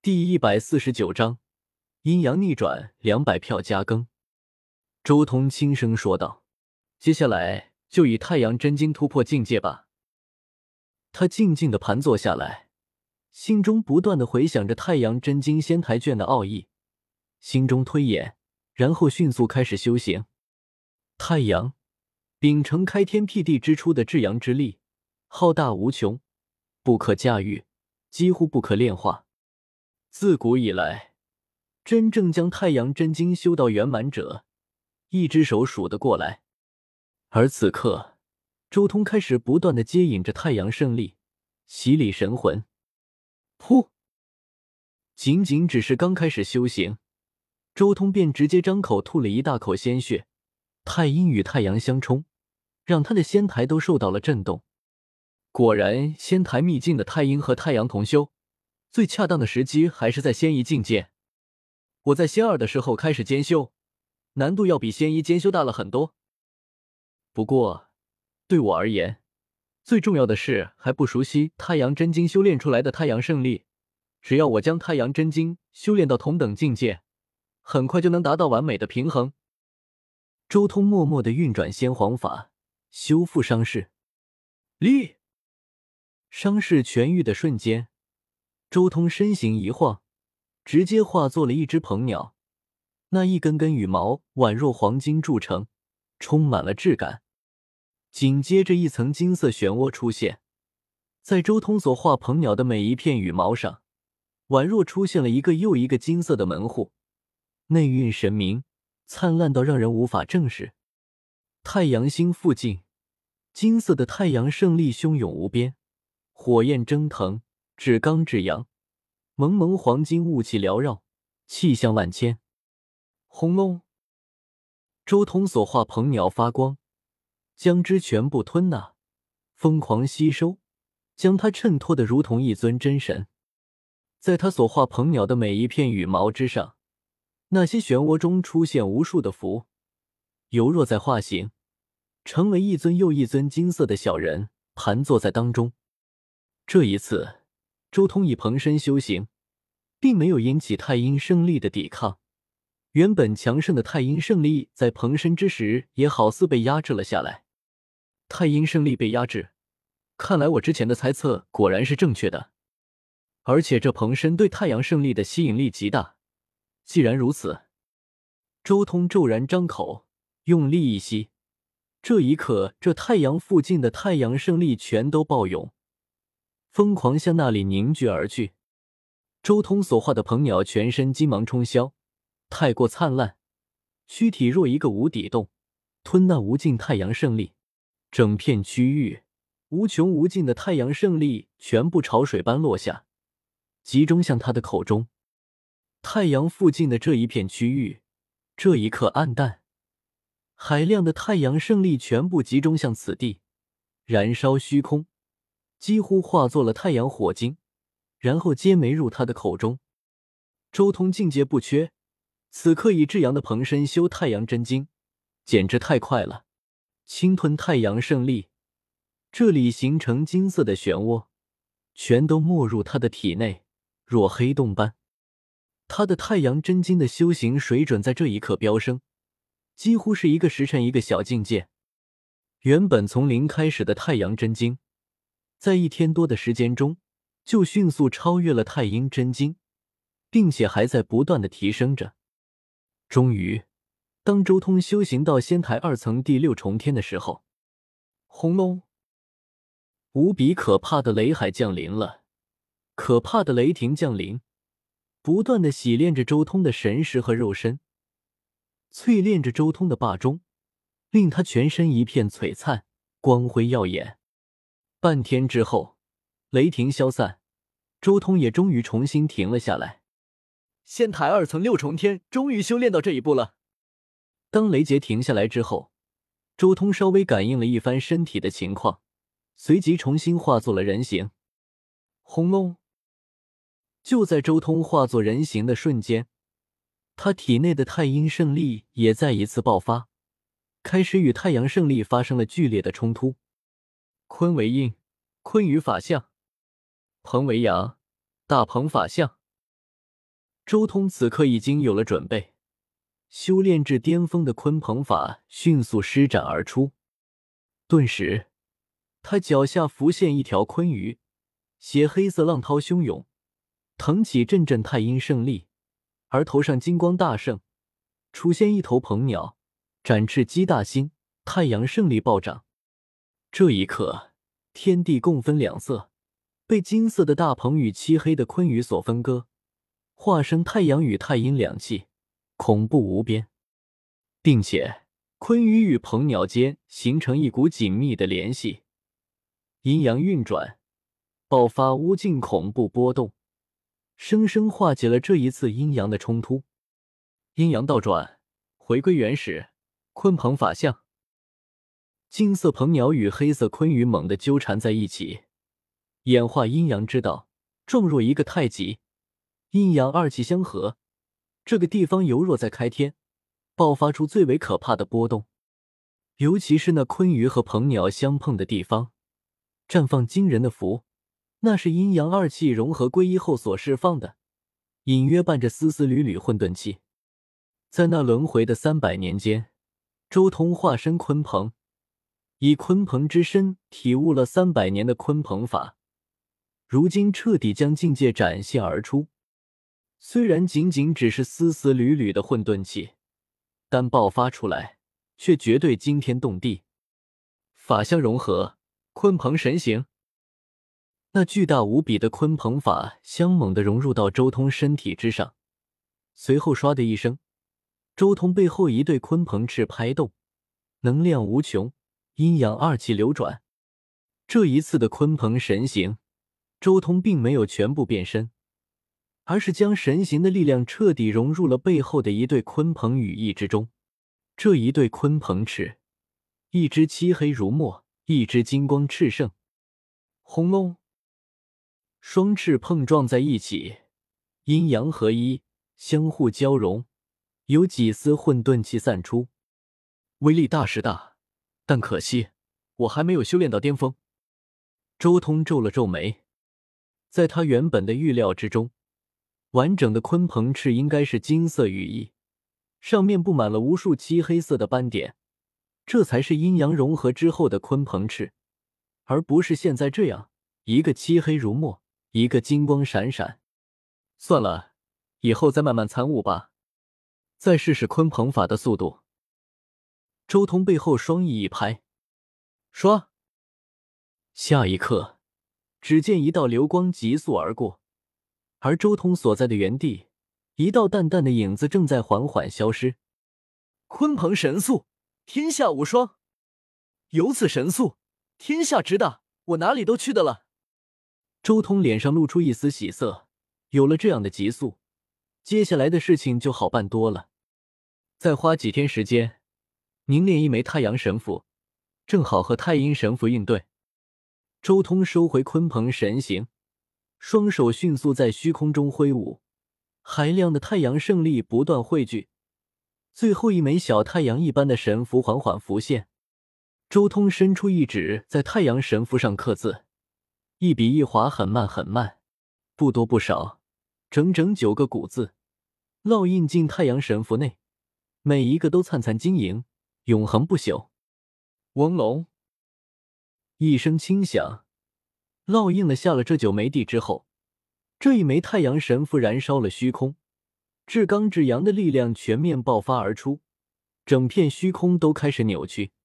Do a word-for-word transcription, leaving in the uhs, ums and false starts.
第一百四十九章阴阳逆转，两百票加更。周通轻声说道：“接下来就以太阳真经突破境界吧。”他静静地盘坐下来，心中不断地回想着太阳真经仙台卷的奥义，心中推演，然后迅速开始修行。太阳秉承开天辟地之初的至阳之力，浩大无穷，不可驾驭，几乎不可炼化。自古以来，真正将太阳真经修到圆满者，一只手数得过来。而此刻，周通开始不断地接引着太阳圣力，洗礼神魂。噗！仅仅只是刚开始修行，周通便直接张口吐了一大口鲜血。太阴与太阳相冲，让他的仙台都受到了震动。果然，仙台秘境的太阴和太阳同修，最恰当的时机还是在仙一境界。我在仙二的时候开始兼修，难度要比仙一兼修大了很多。不过，对我而言，最重要的是还不熟悉太阳真经修炼出来的太阳圣力。只要我将太阳真经修炼到同等境界，很快就能达到完美的平衡。周通默默地运转仙皇法，修复伤势。力！伤势痊愈的瞬间，周通身形一晃，直接化作了一只鹏鸟。那一根根羽毛宛若黄金铸成，充满了质感。紧接着一层金色漩涡出现，在周通所画鹏鸟的每一片羽毛上，宛若出现了一个又一个金色的门户，内蕴神明，灿烂到让人无法正视。太阳星附近，金色的太阳圣力汹涌无边，火焰蒸腾，至刚至阳，蒙蒙黄金雾气缭绕，气象万千。轰隆！周通所画鹏鸟发光，将之全部吞纳，疯狂吸收，将它衬托得如同一尊真神。在他所画鹏鸟的每一片羽毛之上，那些漩涡中出现无数的符，犹若在化形，成为一尊又一尊金色的小人，盘坐在当中。这一次，周通以鹏身修行，并没有引起太阴圣力的抵抗。原本强盛的太阴圣力在鹏身之时也好似被压制了下来。太阴圣力被压制，看来我之前的猜测果然是正确的。而且这鹏身对太阳圣力的吸引力极大。既然如此，周通骤然张口，用力一吸，这一刻，这太阳附近的太阳圣力全都暴涌，疯狂向那里凝聚而去。周通所画的鹏鸟全身金芒冲霄，太过灿烂，躯体若一个无底洞，吞纳无尽太阳圣力。整片区域，无穷无尽的太阳圣力全部潮水般落下，集中向他的口中。太阳附近的这一片区域，这一刻暗淡，海量的太阳圣力全部集中向此地，燃烧虚空，几乎化作了太阳火晶，然后皆没入他的口中。周通境界不缺，此刻以至阳的鹏身修太阳真经，简直太快了。侵吞太阳圣力，这里形成金色的漩涡，全都没入他的体内，若黑洞般。他的太阳真经的修行水准在这一刻飙升，几乎是一个时辰一个小境界。原本从零开始的太阳真经，在一天多的时间中，就迅速超越了太阴真经，并且还在不断的提升着。终于，当周通修行到仙台二层第六重天的时候，轰隆！无比可怕的雷海降临了，可怕的雷霆降临，不断的洗炼着周通的神识和肉身，淬炼着周通的霸中，令他全身一片璀璨，光辉耀眼。半天之后，雷霆消散，周通也终于重新停了下来。仙台二层六重天终于修炼到这一步了。当雷劫停下来之后，周通稍微感应了一番身体的情况，随即重新化作了人形。轰隆！就在周通化作人形的瞬间，他体内的太阴圣力也再一次爆发，开始与太阳圣力发生了剧烈的冲突。坤为阴，坤于法相；鹏为阳，大鹏法相。 周通此刻已经有了准备，修炼至巅峰的鲲鹏法迅速施展而出。顿时，他脚下浮现一条鲲鱼，血黑色浪涛汹涌，腾起阵阵太阴胜利，而头上金光大盛，出现一头鹏鸟，展翅鸡大兴，太阳胜利暴涨。这一刻，天地共分两色，被金色的大鹏与漆黑的鲲鱼所分割，化生太阳与太阴两气，恐怖无边，并且鲲鱼与鹏鸟间形成一股紧密的联系，阴阳运转，爆发无尽恐怖波动，生生化解了这一次阴阳的冲突。阴阳倒转，回归原始，鲲鹏法相。金色鹏鸟与黑色鲲鱼猛地纠缠在一起，演化阴阳之道，状若一个太极，阴阳二气相合，这个地方犹若在开天，爆发出最为可怕的波动。尤其是那鲲鱼和鹏鸟相碰的地方，绽放惊人的符，那是阴阳二气融合归一后所释放的，隐约伴着丝丝缕缕混沌气。在那轮回的三百年间，周通化身鲲鹏，以鲲鹏之身体悟了三百年的鲲鹏法，如今彻底将境界展现而出。虽然仅仅只是丝丝缕缕的混沌气，但爆发出来却绝对惊天动地。法相融合，鲲鹏神行。那巨大无比的鲲鹏法相猛地融入到周通身体之上，随后唰的一声，周通背后一对鲲鹏翅拍动，能量无穷，阴阳二气流转。这一次的鲲鹏神行，周通并没有全部变身，而是将神行的力量彻底融入了背后的一对鲲鹏羽翼之中。这一对鲲鹏翅，一只漆黑如墨，一只金光炽盛。轰隆，双翅碰撞在一起，阴阳合一，相互交融，有几丝混沌气散出。威力大是大，但可惜我还没有修炼到巅峰。周通皱了皱眉，在他原本的预料之中，完整的鲲鹏翅应该是金色羽翼，上面布满了无数漆黑色的斑点，这才是阴阳融合之后的鲲鹏翅，而不是现在这样，一个漆黑如墨，一个金光闪闪。算了，以后再慢慢参悟吧，再试试鲲鹏法的速度。周通背后双翼一拍，唰，下一刻，只见一道流光急速而过，而周通所在的原地，一道淡淡的影子正在缓缓消失。鲲鹏神速，天下无双，有此神速，天下之大，我哪里都去得了。周通脸上露出一丝喜色，有了这样的急速，接下来的事情就好办多了。再花几天时间，凝练一枚太阳神符，正好和太阴神符应对。周通收回鲲鹏神形，双手迅速在虚空中挥舞，海量的太阳圣力不断汇聚，最后一枚小太阳一般的神符缓缓浮现。周通伸出一指，在太阳神符上刻字，一笔一划，很慢很慢，不多不少，整整九个古字，烙印进太阳神符内，每一个都灿灿晶莹，永恒不朽。嗡隆一声轻响，烙印了下了这九枚地之后，这一枚太阳神符燃烧了虚空，至刚至阳的力量全面爆发而出，整片虚空都开始扭曲。